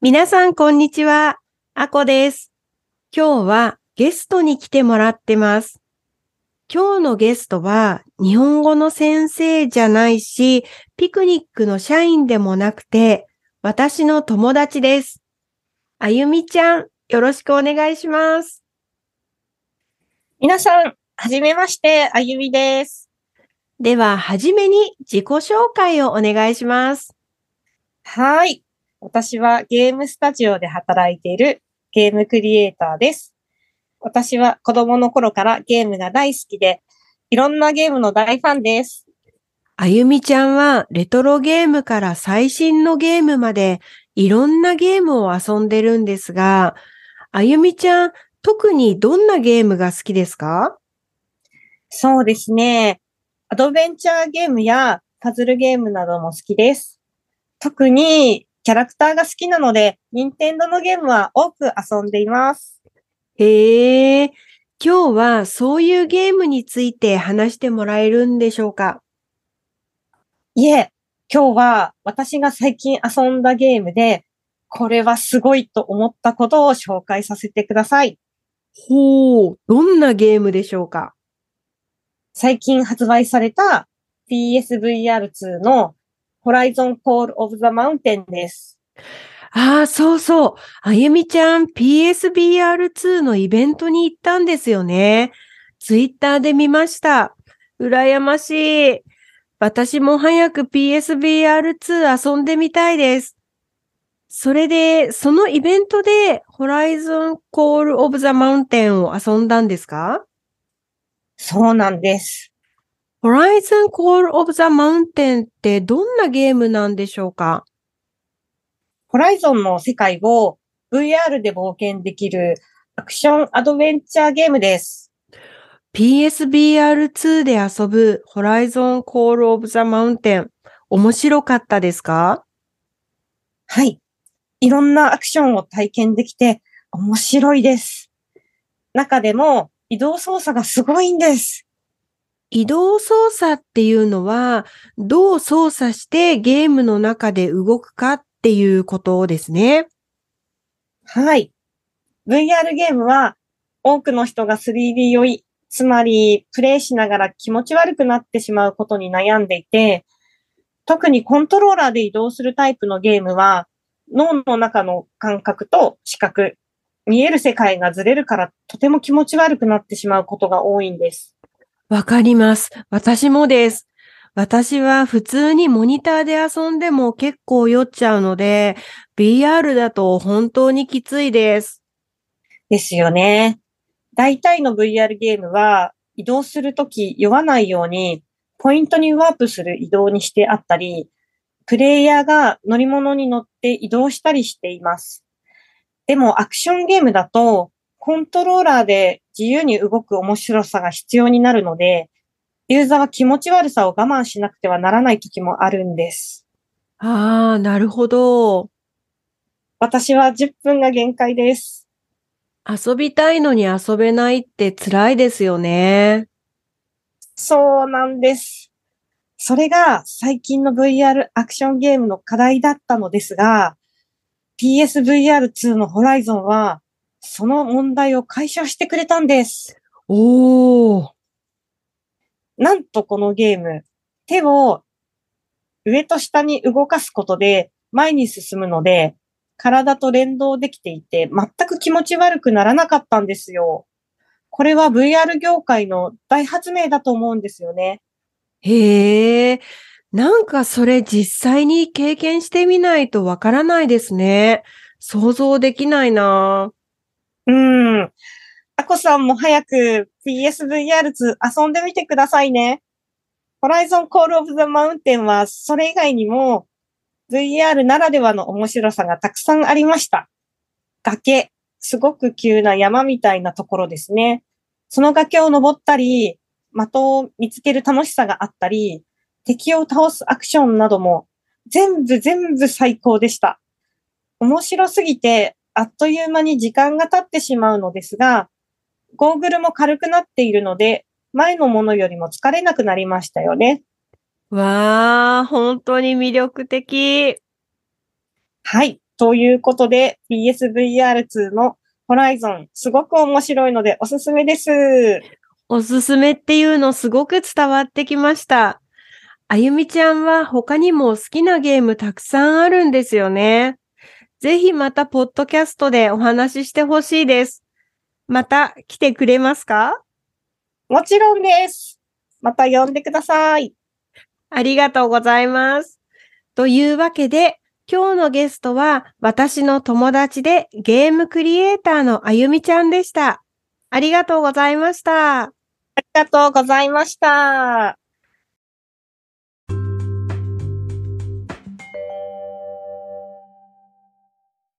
皆さん、こんにちは。あこです。今日はゲストに来てもらってます。今日のゲストは日本語の先生じゃないし、ピクニックの社員でもなくて、私の友達です。あゆみちゃん、よろしくお願いします。 皆さん、はじめまして、あゆみです。 では、はじめに自己紹介をお願いします。 はい。私はゲームスタジオで働いているゲームクリエイターです。私は子供の頃からゲームが大好きで、いろんなゲームの大ファンです。 あゆみちゃんはレトロゲームから最新のゲームまでいろんなゲームを遊んでるんですが、あゆみちゃん、特にどんなゲームが好きですか？ そうですね。アドベンチャーゲームやパズルゲームなども好きです。特にキャラクターが好きなので、任天堂のゲームは多く遊んでいます。 へえ、今日はそういうゲームについて話してもらえるんでしょうか？ いえ、今日は私が最近遊んだゲームで、これはすごいと思ったことを紹介させてください。 ほう、どんなゲームでしょうか？ 最近発売された PSVR2 の Horizon Call of the Mountain です。 ああ、そうそう。あゆみちゃん PSBR2 のイベントに行ったんですよね。ツイッターで見ました。羨ましい。私も早く PSBR2 遊んでみたいです。それで、そのイベントで Horizon Call of the Mountain を遊んだんですか？ そうなんです。 Horizon Call of the Mountain ってどんなゲームなんでしょうか？ Horizon の世界を VR で冒険できるアクションアドベンチャーゲームです。 PSBR2 で遊ぶ Horizon Call of the Mountain 面白かったですか？ はい。いろんなアクションを体験できて面白いです。中でも移動操作がすごいんです。 移動操作っていうのはどう操作してゲームの中で動くかっていうことですね。 はい。VR ゲームは多くの人が 3D 酔い、つまりプレイしながら気持ち悪くなってしまうことに悩んでいて、特にコントローラーで移動するタイプのゲームは脳の中の感覚と視覚、見える世界がずれるからとても気持ち悪くなってしまうことが多いんです。 わかります。私もです。私は普通にモニターで遊んでも結構酔っちゃうので、VR だと本当にきついです。 ですよね。大体の VR ゲームは移動するとき酔わないようにポイントにワープする移動にしてあったり、プレイヤーが乗り物に乗って移動したりしています。でもアクションゲームだとコントローラーで自由に動く面白さが必要になるので、ユーザーは気持ち悪さを我慢しなくてはならない時もあるんです。 ああ、なるほど。 私は10分が限界です。 遊びたいのに遊べないって辛いですよね。 そうなんです。それが最近の VR アクションゲームの課題だったのですが、PSVR2 のホライゾンは、その問題を解消してくれたんです。 おー。 なんとこのゲーム、手を上と下に動かすことで前に進むので、体と連動できていて、全く気持ち悪くならなかったんですよ。これは VR 業界の大発明だと思うんですよね。 へえ。なんかそれ実際に経験してみないとわからないですね。想像できないな。 うん。あこさんも早く PSVR2 遊んでみてくださいね。ホライゾンコールオブザマウンテンはそれ以外にも VR ならではの面白さがたくさんありました。崖、すごく急な山みたいなところですね。その崖を登ったり、的を見つける楽しさがあったり、敵を倒すアクションなども全部最高でした。面白すぎてあっという間に時間が経ってしまうのですが、ゴーグルも軽くなっているので、前のものよりも疲れなくなりましたよね。 わあ、本当に魅力的。 はい。 ということで、PSVR2 のホライゾン、すごく面白いのでおすすめです。 おすすめっていうのすごく伝わってきました。あゆみちゃんは他にも好きなゲームたくさんあるんですよね。ぜひまたポッドキャストでお話ししてほしいです。また来てくれますか？ もちろんです。また呼んでください。 ありがとうございます。というわけで、今日のゲストは私の友達でゲームクリエイターのあゆみちゃんでした。ありがとうございました。 ありがとうございました。